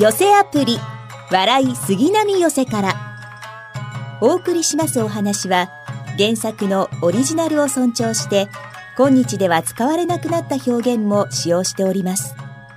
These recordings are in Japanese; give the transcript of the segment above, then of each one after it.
寄せアプリ笑い杉並寄せからお送りしますお話は、原作のオリジナルを尊重して今日では使われなくなった表現も使用しております。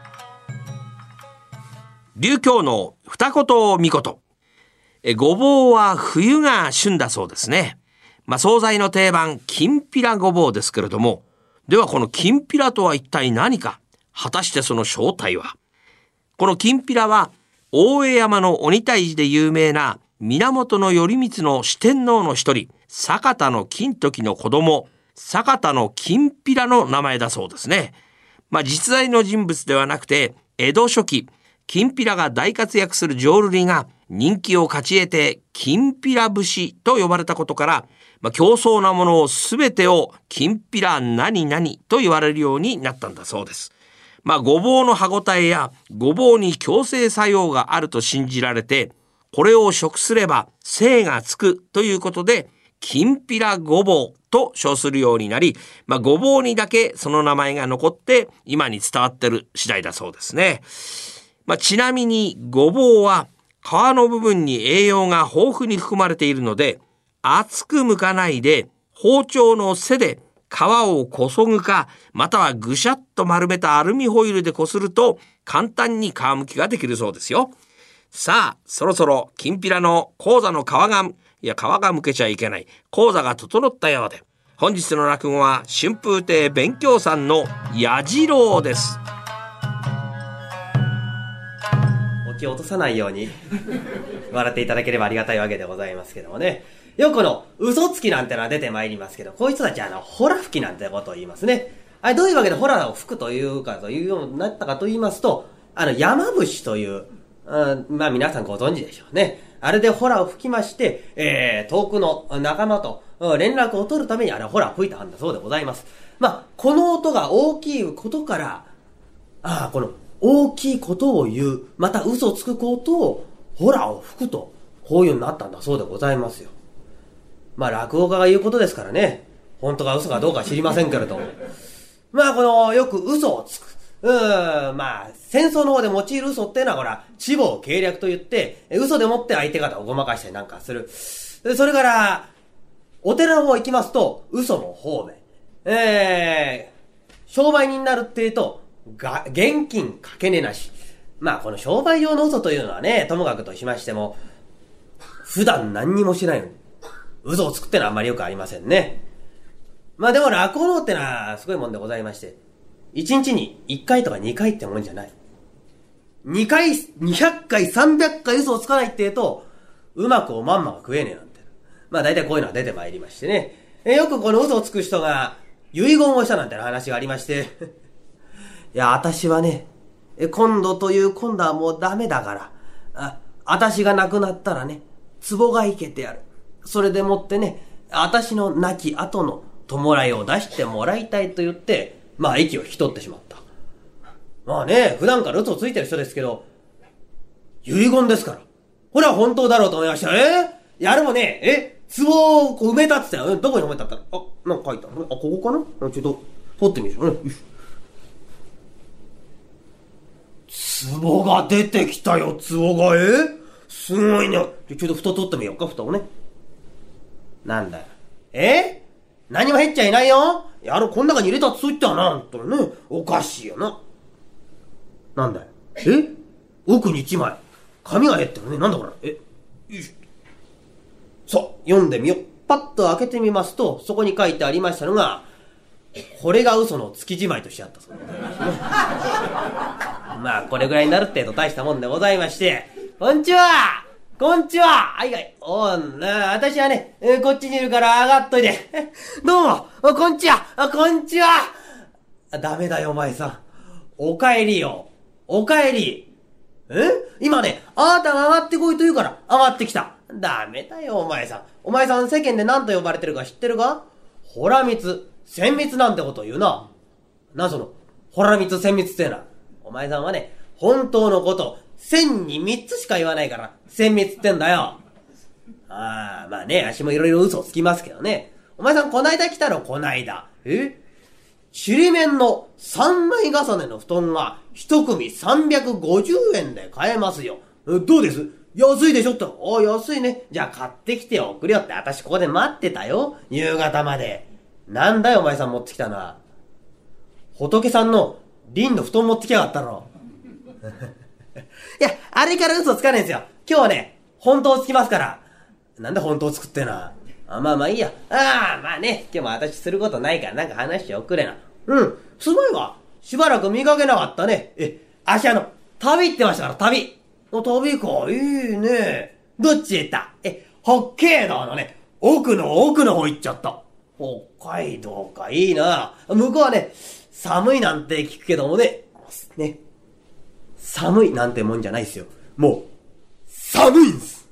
琉教の二言三言。ごぼうは冬が旬だそうですね。惣菜の定番きんぴらごぼうですけれども、ではこのきんぴらとは一体何か、果たしてその正体は。このきんぴらは大江山の鬼退治で有名な源頼光の四天王の一人、坂田の金時の子供、坂田のきんぴらの名前だそうですね。実在の人物ではなくて、江戸初期きんぴらが大活躍する浄瑠璃が人気を勝ち得てきんぴら節と呼ばれたことから、競争なものをすべてをきんぴら何々と言われるようになったんだそうです。ごぼうの歯ごたえやごぼうに共生作用があると信じられて、これを食すれば精がつくということで、きんぴらごぼうと称するようになり、ごぼうにだけその名前が残って今に伝わっている次第だそうですね。ちなみにごぼうは皮の部分に栄養が豊富に含まれているので、厚く剥かないで包丁の背で皮をこそぐか、またはぐしゃっと丸めたアルミホイルでこすると簡単に皮むきができるそうですよ。さあ、そろそろきんぴらの講座の皮がむけちゃいけない講座が整ったようで、本日の落語は春風亭勉強さんのやじろうです。 お気を落とさないように笑っていただければありがたいわけでございますけどもね。よくこの嘘つきなんてのは出てまいりますけど、こういう人たちはホラ吹きなんてことを言いますね。あれどういうわけでホラを吹くというかというようになったかと言いますと、山伏という、皆さんご存知でしょうね。あれでホラを吹きまして、遠くの仲間と連絡を取るためにホラを吹いたんだそうでございます。この音が大きいことから、この大きいことを言う、また嘘をつくことをホラを吹くと、こういうようになったんだそうでございますよ。落語家が言うことですからね、本当か嘘かどうか知りませんけれども、よく嘘をつく、戦争の方で用いる嘘っていうのは知謀計略と言って、嘘でもって相手方をごまかしたりなんかする。それからお寺の方行きますと嘘の方で、商売人になるっていうと現金かけ値なし。この商売上の嘘というのはね、ともかくとしましても、普段何にもしないのに嘘をつくってのはあんまりよくありませんね。でも落語のってのはすごいもんでございまして、1日に1回とか2回ってもんじゃない。2回、200回、300回嘘をつかないって言うと、うまくおまんまが食えねえなんて。大体こういうのは出てまいりましてね。よくこの嘘をつく人が遺言をしたなんての話がありまして、いや、私はね、今度はもうダメだから、私が亡くなったらね、壺が生けてやる。それでもってね、私の亡き後の弔いを出してもらいたいと言って、息を引き取ってしまった。普段から嘘をついてる人ですけど、遺言ですから。これは本当だろうと思いました。やるもね、壺を埋めたって言ったよ。どこに埋めたったら、なんか書いた。ここかな？ちょっと、掘ってみるよね。壺が出てきたよ、壺が。すごいね。ちょっと蓋取ってみようか、蓋をね。なんだよ。何も入っちゃいないよ。こん中に入れたってそう言ったよな。本当にね。おかしいよな。なんだよ。奥に一枚。紙が入ってるね。なんだこれ。よいしょ。そう、読んでみよう。パッと開けてみますと、そこに書いてありましたのが、これが嘘の月じまいとしてあったそうですね。これぐらいになるってと大したもんでございまして、こんちははいはい。私はね、こっちにいるから上がっといて。どうも、こんちはダメだよ、お前さん。お帰りよ。お帰り。今ね、あなたが上がってこいと言うから上がってきた。ダメだよ、お前さん。お前さん世間で何と呼ばれてるか知ってるか？ホラ蜜、千蜜なんてことを言うな。その、ホラ蜜、千蜜ってな。お前さんはね、本当のこと、千に三つしか言わないから、千蜜ってんだよ。足もいろいろ嘘をつきますけどね。お前さんこないだ来たの？こないだ。 ちりめんの3枚重ねの布団が一組350円で買えますよ。どうです？安いでしょって。安いね。じゃあ買ってきておくれよって、私ここで待ってたよ。夕方まで。なんだよお前さん持ってきたのは。仏さんの凛の布団持ってきやがったの。いや、あれから嘘つかねえんですよ。今日はね、本当つきますから。なんで本当つくってな。まあいいや。まあね、今日も私することないからなんか話しておくれな。すまいわ。しばらく見かけなかったね。足旅行ってましたから、旅か、いいね。どっちへ行った？北海道のね、奥の方行っちゃった。北海道か、いいな。向こうはね、寒いなんて聞くけどもね、寒いなんてもんじゃないっすよ。もう、寒いんす。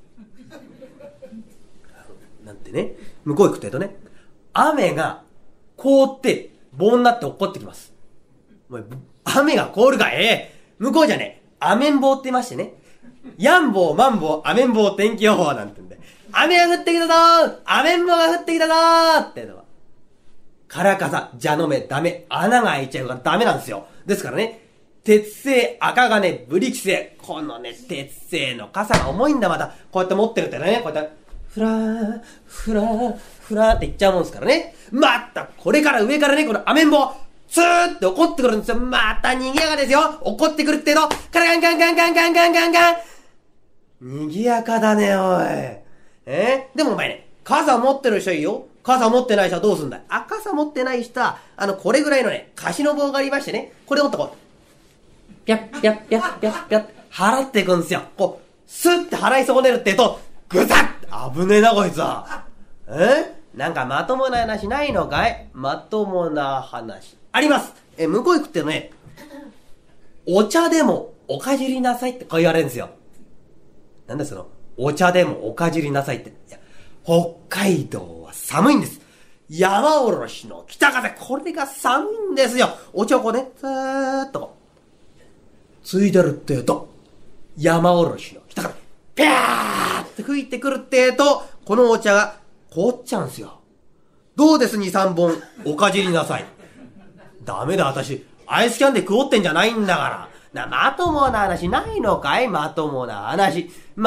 なんてね、向こう行くとね、雨が凍って棒になって落っこってきます。もう雨が凍るか、向こうじゃね、アメンボウって言いましてね、ヤンボウ、マンボウ、アメンボウ天気予報なんてんで、雨が降ってきたぞー、アメンボウが降ってきたぞーってのは、カラカサ、蛇の目、ダメ、穴が開いちゃうからダメなんですよ。ですからね、鉄製、赤金、ブリキ製、このね、鉄製の傘が重いんだまた。こうやって持ってるってね、こうやって、ふらーっていっちゃうもんですからね。また、これから上からね、このアメンボウ、ツーって怒ってくるんですよ。また賑やかですよ。怒ってくるっての、カラガンガンガンガンガンガンガンガン。賑やかだね、おい。でもお前ね、傘持ってる人いいよ。傘持ってない人はどうすんだい？傘持ってない人は、これぐらいのね、貸しの棒がありましてね、これを持ってこう、ぴゃっぴゃっぴゃっぴゃっぴゃっ払っていくんですよ。こう、スッて払い損ねるってと、ぐざっ危ねえな、こいつは。なんかまともな話ないのかい？まともな話。あります。向こう行くってね、お茶でもおかじりなさいってこう言われるんですよ。なんだその、お茶でもおかじりなさいって。いや、北海道は寒いんです。山おろしの北風、これが寒いんですよ。お茶をこうね、ずーっとこう、ついでるってえと、山おろしの北風、ぴゃーって吹いてくるってえと、このお茶が凍っちゃうんですよ。どうです 2,3 本、おかじりなさい。ダメだ、私、アイスキャンデー食おってんじゃないんだから。まともな話ないのかい？まともな話。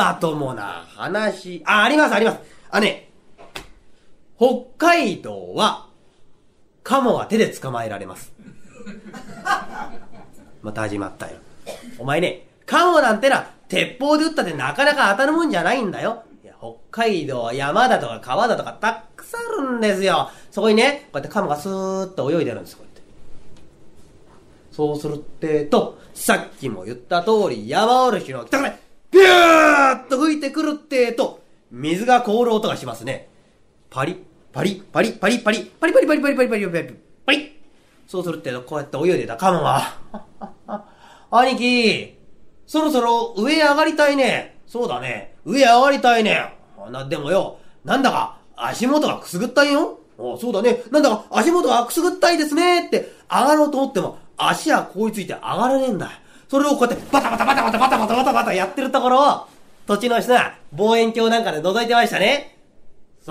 あります。北海道は、カモは手で捕まえられます。また始まったよ。お前ね、カモなんてな、鉄砲で撃ったってなかなか当たるもんじゃないんだよ。いや、北海道は山だとか川だとかたくさんあるんですよ。そこにね、こうやってカモがスーッと泳いでるんですよ、こうやって。そうするってと、さっきも言った通り、山おろしの北風、ビューッと吹いてくるってと、水が凍る音がしますね。パリッ、パリッ、パリッ、パリッ、パリッ、パリパリパリパリパリパリパリパリッ。そうするってと、こうやって泳いでたカモは、兄貴、そろそろ上上がりたいね。そうだね。上上がりたいね。でもよ、なんだか足元がくすぐったいよ。そうだね。なんだか足元がくすぐったいですねって上がろうと思っても足はこういついて上がらねえんだ。それをこうやってバタバタバタバタバタバタバタバタやってるところを土地の人が望遠鏡なんかで覗いてましたね。そう。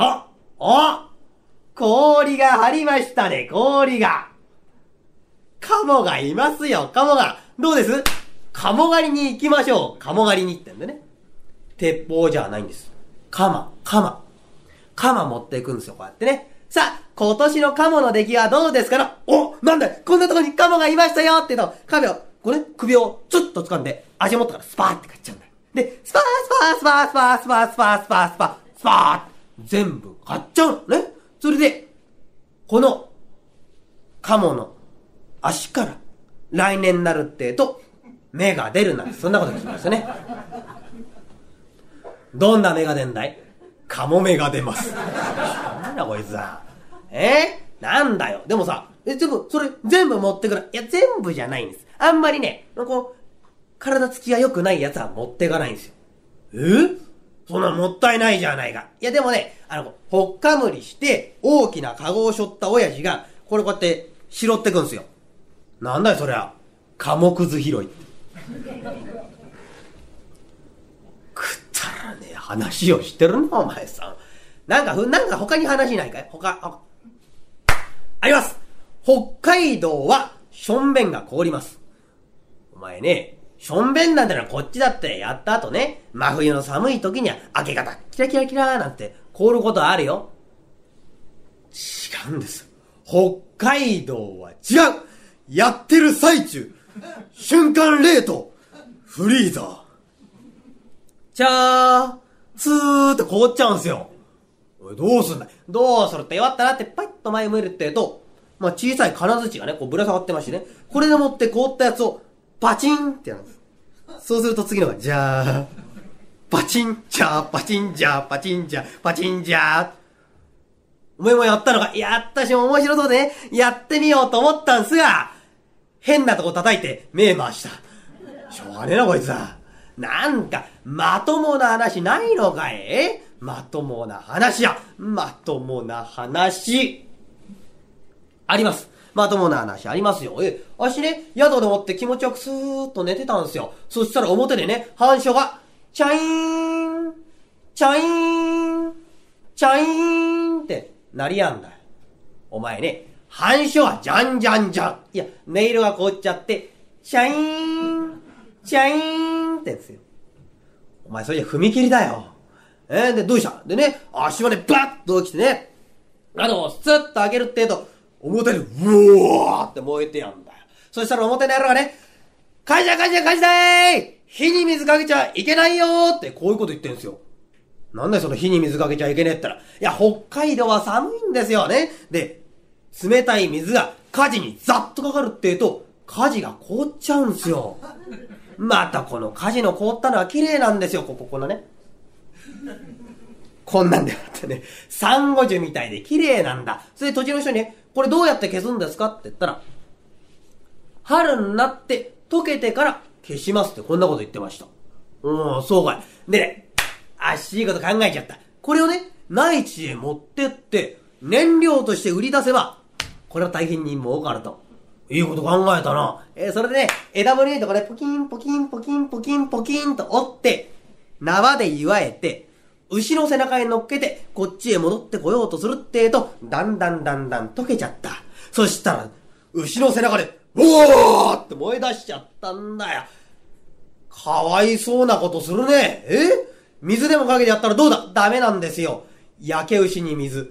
氷が張りましたね。氷が。カモがいますよ。カモが。どうです？カモ狩りに行きましょう。カモ狩りに行ってんでね。鉄砲じゃないんです。カマ持っていくんですよ。こうやってね。さあ、今年のカモの出来はどうですかな？なんだいこんなとこにカモがいましたよって言うと、カモこれ首をちょっと掴んで、足元からスパーって買っちゃうんだよ。で、スパー全部買っちゃうのね。それで、このカモの足から来年になるってと、芽が出るなんて、そんなこと聞きましたね。どんな芽が出んだい？カモ芽が出ます。なんだこいつは。なんだよ。でもさ、それ全部持ってくる。いや、全部じゃないんです。あんまりね、体つきが良くないやつは持っていかないんですよ。そんなもったいないじゃないか。いや、でもね、ほっかむりして、大きなカゴを背負った親父が、これこうやって拾ってくんですよ。なんだよ、そりゃ。カモくず拾い。くったらねえ話をしてるな、お前さん。なんか他に話ないかい？あります。 北海道はしょんべんが凍ります。お前ね、しょんべんなんてのはこっちだってやった後ね、真冬の寒い時には明け方、キラキラキラーなんて凍ることあるよ。違うんです。北海道は違う。やってる最中、瞬間冷凍、フリーザー。チャー、ツーって凍っちゃうんすよ。おい、どうすんだい、どうするって弱ったなってパイッと前向いるってと、まあ小さい金槌がね、こうぶら下がってましてね、これでもって凍ったやつをパチンってやるんです。そうすると次のが、じゃー、パチン、じゃー、パチン、じゃー、パチン、じゃー、パチン、じゃー。お前もやったのか、やったし面白そうでね、やってみようと思ったんすが、変なとこ叩いて目回した。しょうがねえなこいつは。なんか、まともな話ないのかい？まともな話や。まともな話。あります。まともな話ありますよ。あしね、宿でもって気持ちよくスーッと寝てたんですよ。そしたら表でね、反射が、チャイーン、チャイーン、チャイーンって鳴りやんだよ。お前ね、反射はジャンジャンジャン。いや、音色が凍っちゃって、チャイーン、チャイーンってやつよ。お前それじゃ踏切だよ。で、どうしたでね、足までバッと起きてね、スッと開けるってと、表で、うわーって燃えてやんだよ。そしたら表の野郎がね、火事だ火事だ火事だーい、火に水かけちゃいけないよーってこういうこと言ってんすよ。なんだよその火に水かけちゃいけねえって言ったら、いや、北海道は寒いんですよね。で、冷たい水が火事にザッとかかるってと、火事が凍っちゃうんすよ。またこの火事の凍ったのは綺麗なんですよ、このね。こんなんであってね、サンゴ樹みたいで綺麗なんだ。それで土地の人にね、これどうやって消すんですかって言ったら、春になって溶けてから消しますってこんなこと言ってました。そうかい。でね、いいこと考えちゃった。これをね、内地へ持ってって、燃料として売り出せば、これは大変に儲かると。いいこと考えたな。それでね、枝ぶりとかね、ポキンポキンポキンポキンポキンと折って、縄で祝えて、牛の背中に乗っけて、こっちへ戻ってこようとするってと、だんだん溶けちゃった。そしたら、牛の背中で、うおーって燃え出しちゃったんだよ。かわいそうなことするね。水でもかけてやったらどうだ？ダメなんですよ。焼け牛に水。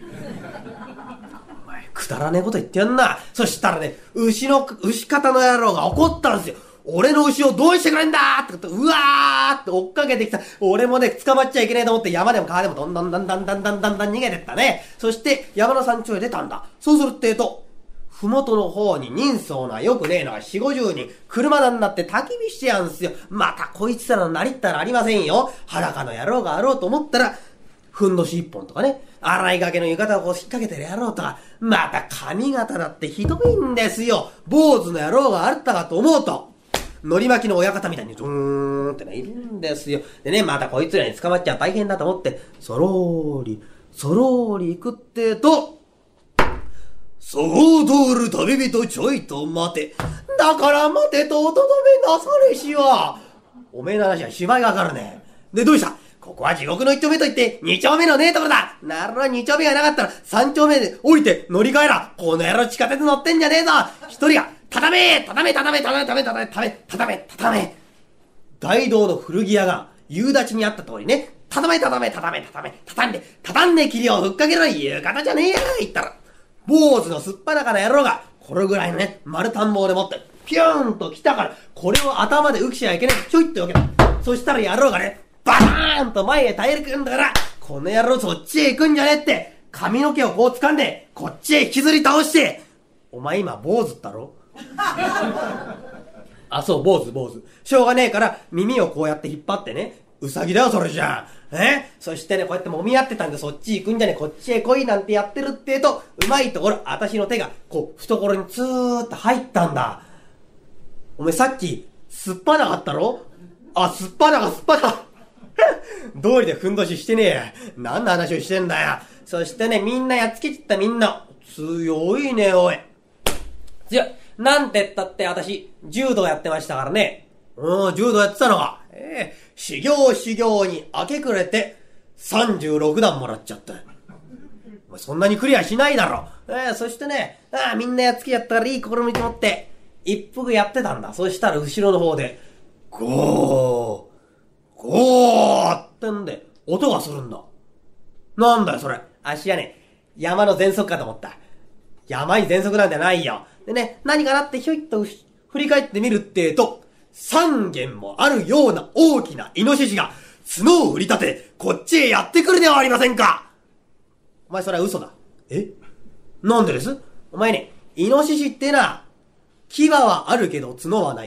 お前、くだらねえこと言ってやんな。そしたらね、牛方の野郎が怒ったんですよ。俺の牛をどうしてくれんだーって言って、うわーって追っかけてきた。俺もね、捕まっちゃいけねえと思って山でも川でもどんどん逃げてったね。そして山の山頂へ出たんだ。そうするってと、ふもとの方に人相なよくねえのが4、50人、車なんだって焚き火してやんすよ。またこいつらのなりったらありませんよ。裸の野郎があろうと思ったら、ふんどし一本とかね、洗いがけの浴衣をこう引っ掛けてる野郎とか、また髪型だってひどいんですよ。坊主の野郎があったかと思うと、のり巻きの親方みたいにドーンってね、いるんですよ。でね、またこいつらに捕まっちゃ大変だと思って、そろーり行くってと、そごう通る旅人ちょいと待て。だから待てとおとどめなされしは。おめえの話は芝居がかかるね。で、どうした？ここは地獄の一丁目と言って、二丁目のねえところだ。なるほど、二丁目がなかったら、三丁目で降りて乗り換えら。この野郎地下鉄乗ってんじゃねえぞ。一人が、畳め。大道の古着屋が、夕立ちにあった通りね、畳んで霧をふっかけろ、言う方じゃねえや、言ったら。坊主のすっぱなかな野郎が、これぐらいのね、丸田んぼでもって、ピューンと来たから、これを頭で浮きちゃいけない。ちょいってわけだ。そしたら野郎がね、バターンと前へ耐えるくんだから、この野郎そっちへ行くんじゃねって、髪の毛をこう掴んで、こっちへ引きずり倒して、お前今坊主だろそう、坊主。しょうがねえから、耳をこうやって引っ張ってね、うさぎだよ、それじゃん。そしてね、こうやって揉み合ってたんで、そっち行くんじゃねえ、こっちへ来いなんてやってるってと、うまいところ、私の手が、こう、懐にツーッと入ったんだ。おめえさっき、すっぱなかったろ？すっぱな。道理でふんどししてねえや。何の話をしてんだよ。そしてね、みんなやっつけちったみんな。強いね、おい。強い。なんて言ったって私、柔道やってましたからね。柔道やってたのか。修行に明け暮れて、36段もらっちゃった。 そんなにクリアしないだろ。そしてね、みんなやっつけやったからいい心見積もって、一服やってたんだ。そしたら後ろの方で、ゴーってんで、音がするんだ。なんだよそれ。足はね、山の喘息かと思った。山に喘息なんてないよ。でね、何かなってひょいっと振り返ってみるってと、3軒もあるような大きなイノシシが角を振り立て、こっちへやってくるではありませんか。お前それは嘘だ。なんでです？お前ね、イノシシってな、牙はあるけど角はない。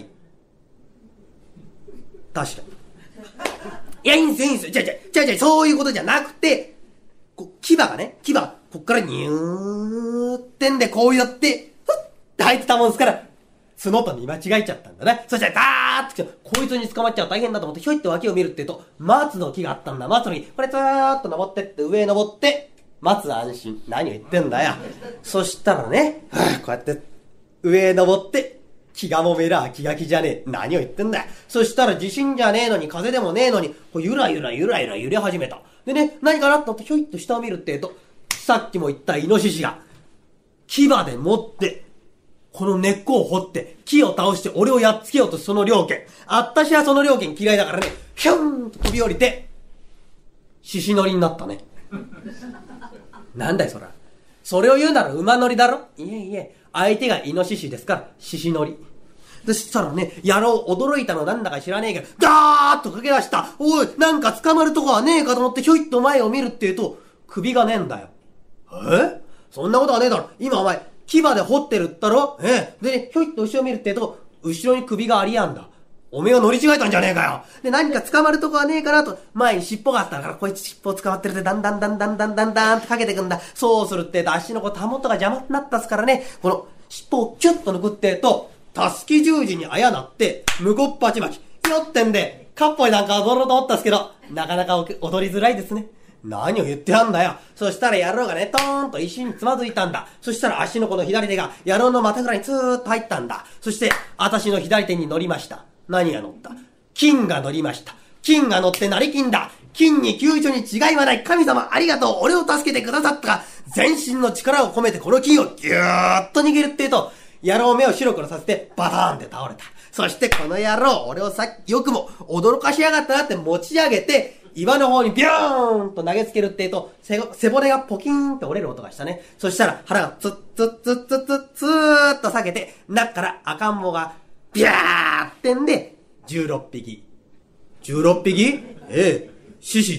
確かに。いや、いいんすよ、いいんすよ。違う、そういうことじゃなくて、牙がね、こっからニューってんでこうやって、ふって入ってたもんですから、角と見間違えちゃったんだね。そしたらダーッとこいつに捕まっちゃう大変だと思ってひょいって脇を見るってと、松の木があったんだ。松の木。これずーっと登ってって上へ登って、松安心。何を言ってんだよ。そしたらね、こうやって上へ登って、気がもめら気が気じゃねえ。何を言ってんだよ。そしたら地震じゃねえのに風でもねえのに、ゆらゆら揺れ始めた。でね、何かなと思ってひょいっと下を見るってと、さっきも言ったイノシシが、牙で持って、この根っこを掘って、木を倒して俺をやっつけようとその猟犬。あったしはその猟犬嫌いだからね、ひょんと飛び降りて、獅子乗りになったね。なんだよそら。それを言うなら馬乗りだろ。いえ、相手がイノシシですから、獅子乗り。そしたらね、野郎驚いたのなんだか知らねえけど、ダーッと駆け出した。おい、なんか捕まるとこはねえかと思ってひょいっと前を見るって言うと、首がねえんだよ。そんなことはねえだろ。今お前、牙で掘ってるったろ。でね、ひょいっと後ろ見るって言うと、後ろに首がありやんだ。おめえを乗り違えたんじゃねえかよ。で、何か捕まるとこはねえかなと、前に尻尾があったから、こいつ尻尾を捕まってるって、だんだんってかけてくんだ。そうするって足のたもとが邪魔になったっすからね、この尻尾をキュッと抜くってと、たすき十字にあやなって、向こっぱちまき、よってんで、かっぽいなんか踊ろうと思ったっすけど、なかなか踊りづらいですね。何を言ってやんだよ。そしたら野郎がね、トーンと石につまずいたんだ。そしたら足のこの左手が野郎の股ぐらいにツーッと入ったんだ。そして、私の左手に乗りました。何が乗った？金が乗りました。金が乗って成金だ。金に救助に違いはない。神様ありがとう。俺を助けてくださったが、全身の力を込めてこの金をぎゅーっと握るってと、野郎目を白黒させてバターンって倒れた。そしてこの野郎、俺をさっきよくも驚かしやがったなって持ち上げて、岩の方にビューンと投げつけるってと、背骨がポキーンと折れる音がしたね。そしたら腹がツッツッツッツッツッツーっと裂けて、中から赤ん坊がビャーってんで、16匹。16匹？獅子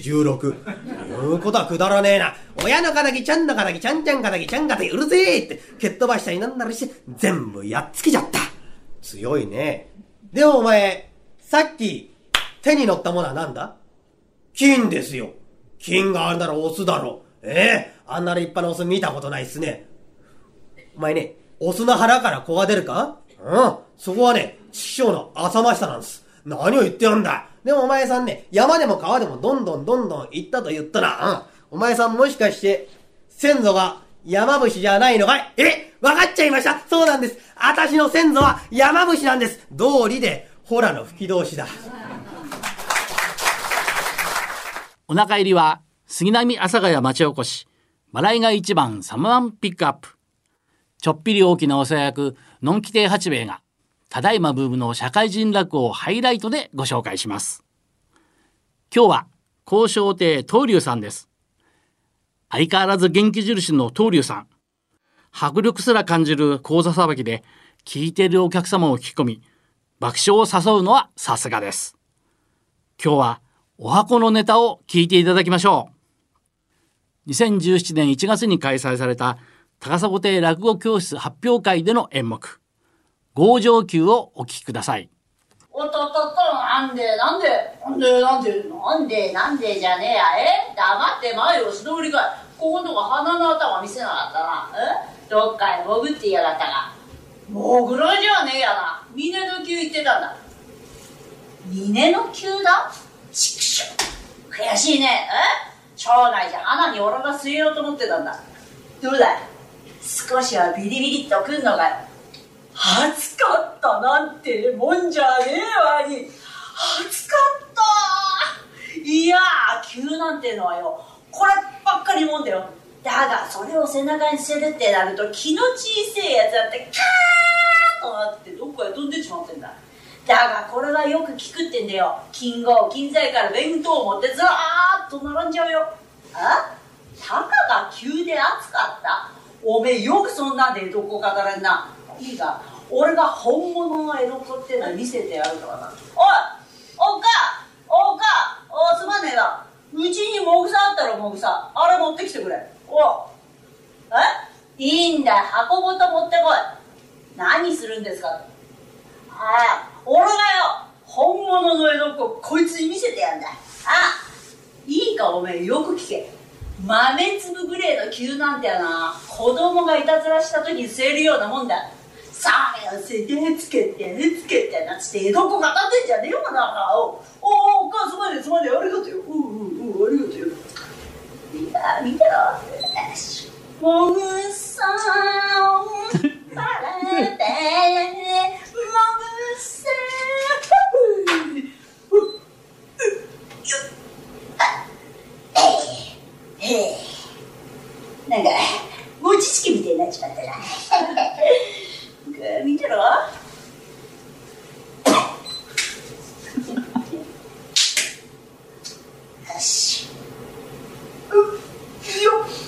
16。言うことはくだらねえな。親の仇、ちゃんの仇、ちゃんちゃん仇、ちゃん仇、うるせえって蹴っ飛ばしたりなんなりして、全部やっつけちゃった。強いね。でもお前、さっき手に乗ったものはなんだ？金ですよ。金があるならオスだろ。あんな立派なオス見たことないっすね。お前ね、オスの腹から子が出るか？そこはね、師匠の浅ましさなんです。何を言ってやんだ。でもお前さんね、山でも川でもどんどん行ったと言ったら、お前さんもしかして、先祖が山伏じゃないのかい？わかっちゃいました。そうなんです。私の先祖は山伏なんです。道理で、ホラの吹き通しだ。 お腹入りは杉並阿佐ヶ谷町おこしマライが一番サムワンピックアップ。ちょっぴり大きなお世話役のんき亭八兵衛がただいまブームの社会人落語をハイライトでご紹介します。今日は高昇亭東龍さんです。相変わらず元気印の東龍さん、迫力すら感じる講座さばきで聞いているお客様を引き込み爆笑を誘うのはさすがです。今日はお箱のネタを聞いていただきましょう。2017年1月に開催された高砂亭落語教室発表会での演目合上球をお聞きください。 おっとっとっと、なんでじゃねえや。黙って前を素通りかい。ここのとこ鼻の頭見せなかったな。どっかへ潜っていやがったが。潜ろうじゃねえやな。峰の球言ってたんだ。峰の球だ？ちくしょう。悔しいね。町内じゃ穴に俺が据えようと思ってたんだ。どうだい？少しはビリビリっとくんのかよ。暑かったなんてもんじゃねえわに。暑かった。いやー、急なんてのはよ、こればっかりもんだよ。 だがそれを背中にせるってなると気の小せえやつだってカーッとなってどこへ飛んでしまってんだ。だがこれがよく効くってんだよ。金剛金材から弁当を持ってずらーっと並んじゃうよ。あ、たかが急で暑かった。おめえよくそんなんで江戸っ子語れんな。いいか、俺が本物の江戸っ子っての見せてやるからな。おいおっかすまねえな、うちにもぐさあったろ。もぐさあれ持ってきてくれ。いいんだ、箱ごと持ってこい。何するんですか。俺がよ本物の江戸っ子こいつに見せてやんだ。いいか、おめえよく聞け。豆粒ぐれえの球なんてやな、子供がいたずらした時に吸えるようなもんだ。さあやせてつけてなつって江戸っ子語ってんじゃねえよな。お母すまねえありがとうよ。ありがとうよ。見てろ。もぐさんパラテもぐさんなんか餅つきみたいになっちまったな。見てろ。よし。よっ。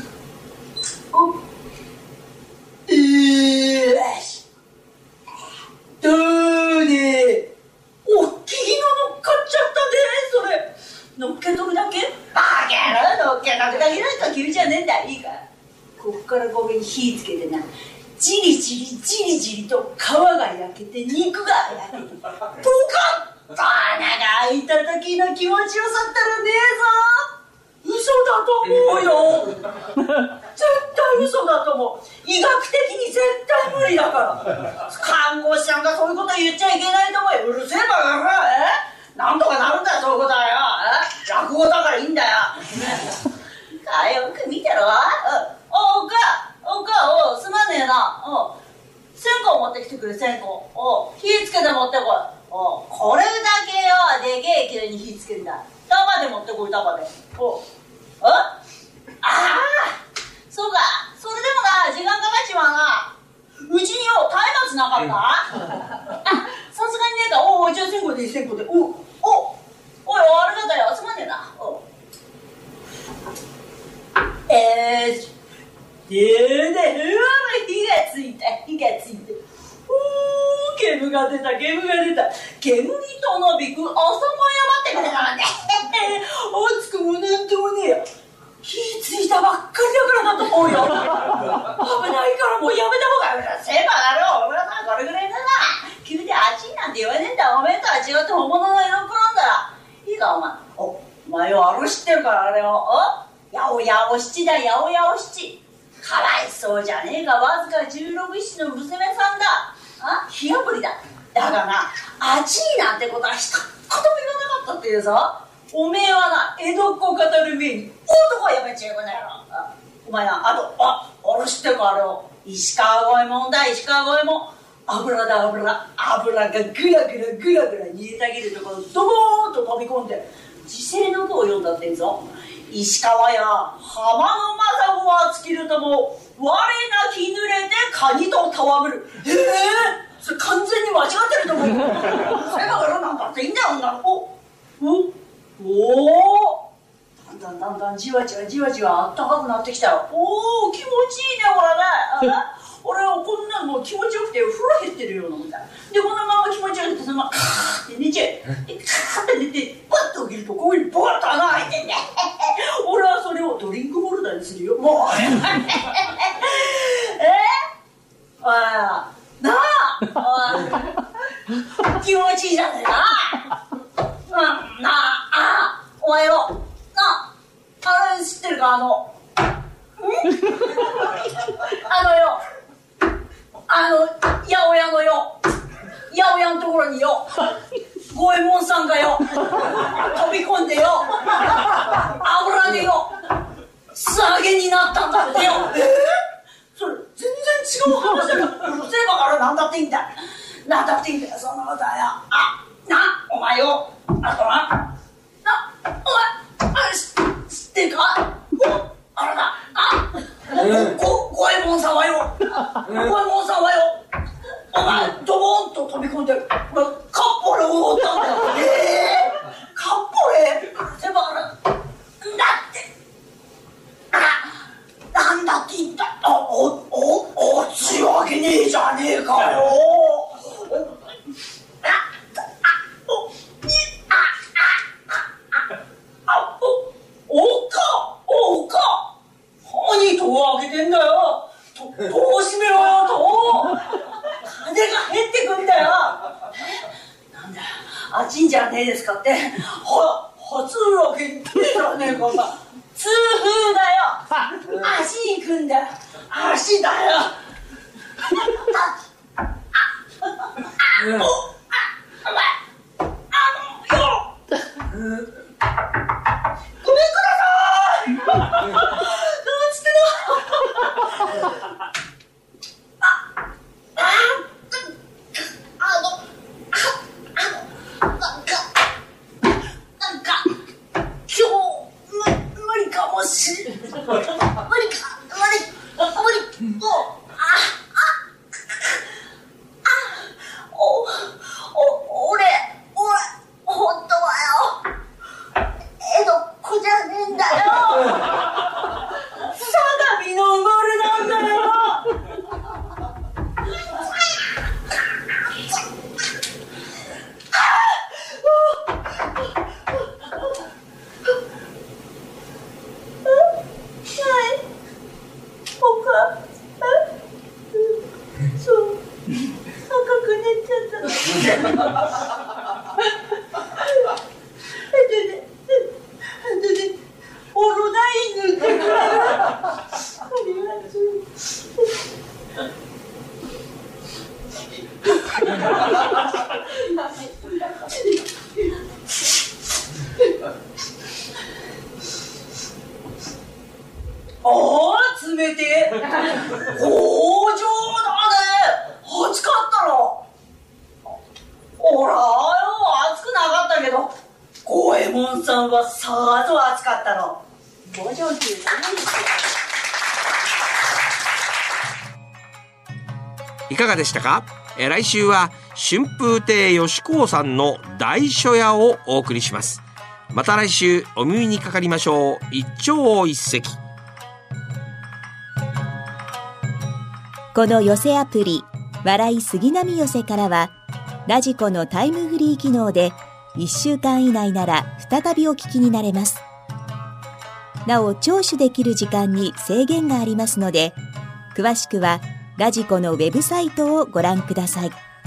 どうね。おっきいの乗っかっちゃったね。それ乗っけとくだけ。バカ野郎、乗っけとくだけなんか急じゃねえんだ。いいか、こっからここに火つけてな、じりじりと皮が焼けて肉が焼けてポカッと穴が開いた時の気持ちよさったらねえぞ。嘘だと思うよ。絶対嘘だと思う。医学的に絶対無理だから。看護師さんがそういうこと言っちゃいけないと思うよ。うるせえバカ野郎。なんとかなるんだよ、そういうことはよ。落語だからいいんだよ。よく見てろ。おか、すまねえな。線香持ってきてくれ、線香。火つけて持ってこい。これだけよ、でけえ木に火つけんだ。束で持ってこい、束で。そうか、それでもな、時間かかっちまうな。うちによ、松明なかった？さすがにねえか。じゃあ線香でいい、線香で。おい、ありがとうよ、すまねえな。火がついた。煙が出た。煙とのびく朝もやまってくれたなんて。暑くもなんともねえよ。火ついたばっかりだからだと思うよ。危ないからもうやめた方がうるせえばだろ。俺はこれぐらいだな。急で暑いなんて言わねえんだ。おめえとは違って本物の江戸っ子なんだ。いいか、お前よ、あれ知ってるから、あれを。八百屋お七だ、八百屋お七。かわいそうじゃねえか、わずか16、17の娘さんだ。火あぶりだ。だがな、暑いなんてことは一言も言わなかったっていうさ。おめえはな、江戸っ子を語る前に男はやめちゃうよ、この野郎。お前な、あれ知ってるか、あれを。石川五右衛門だ、石川五右衛門。油がぐらぐら煮えたぎるところドボーンと飛び込んで時世の句を読んだってんぞ。石川や浜の政子は尽きるとも我なき濡れてカニと戯る。それ完全に間違ってると思う。それが俺なんだっていいんだよ、女の子。だんだんじわじわあったかくなってきたよ。気持ちいいね、これね。俺はこんなのもう気持ちよくて風呂減ってるようなもんだ。でこのまま気持ちよくてそのままカーって寝ちゃう。でカーって寝てパッと起きるとここにボワッと穴開いてんね。俺はそれをドリンクホルダーにするよ、もう。なあ気持ちいいじゃねえか。お前よあれ知ってるか、八百屋のよ、八百屋のところによ、五右衛門さんがよ、飛び込んでよ、油でよ、素揚げになったんだってよ。それ全然違う話だよ。うるせえばからなんだっていいんだよ、そんなことはよ。お前よ、お前あれ知ってるか。あれだ、 お前もうさんはよ、お前ドボンと飛び込んでカッポレを踊ったんだよ。カッポレでもだってなんだって言った落ちるわけねえじゃねえかよ。おっか何戸を開けてんだよ。戸を閉めろよ、戸を。風が入ってくんだよ。なんだよ、あっちんじゃねえですかって。初ロケねえじゃねえか。痛風だよ。足に行くんだよ。足だよ。ごめんください。どうしてなんか今日無理かもしれない。無理俺本当はよ、江戸っ子じゃねえんだよ。相模の生まれなんだよ。そう赤くなっちゃったの。でオロナイン塗ってくれる。ありがとう。冷てえ。工場だね。暑かったろ。ほらよ、暑くなかったけど、五右衛門さんはさぞ暑かったろ。ご上級じゃないですよ。 いかがでしたか。来週は春風亭吉光さんの大書屋をお送りします。また来週お耳にかかりましょう。一朝一夕。 この寄せアプリ笑い杉並寄せからはラジコのタイムフリー機能で1週間以内なら再びお聞きになれます。なお聴取できる時間に制限がありますので、詳しくはラジコのウェブサイトをご覧ください。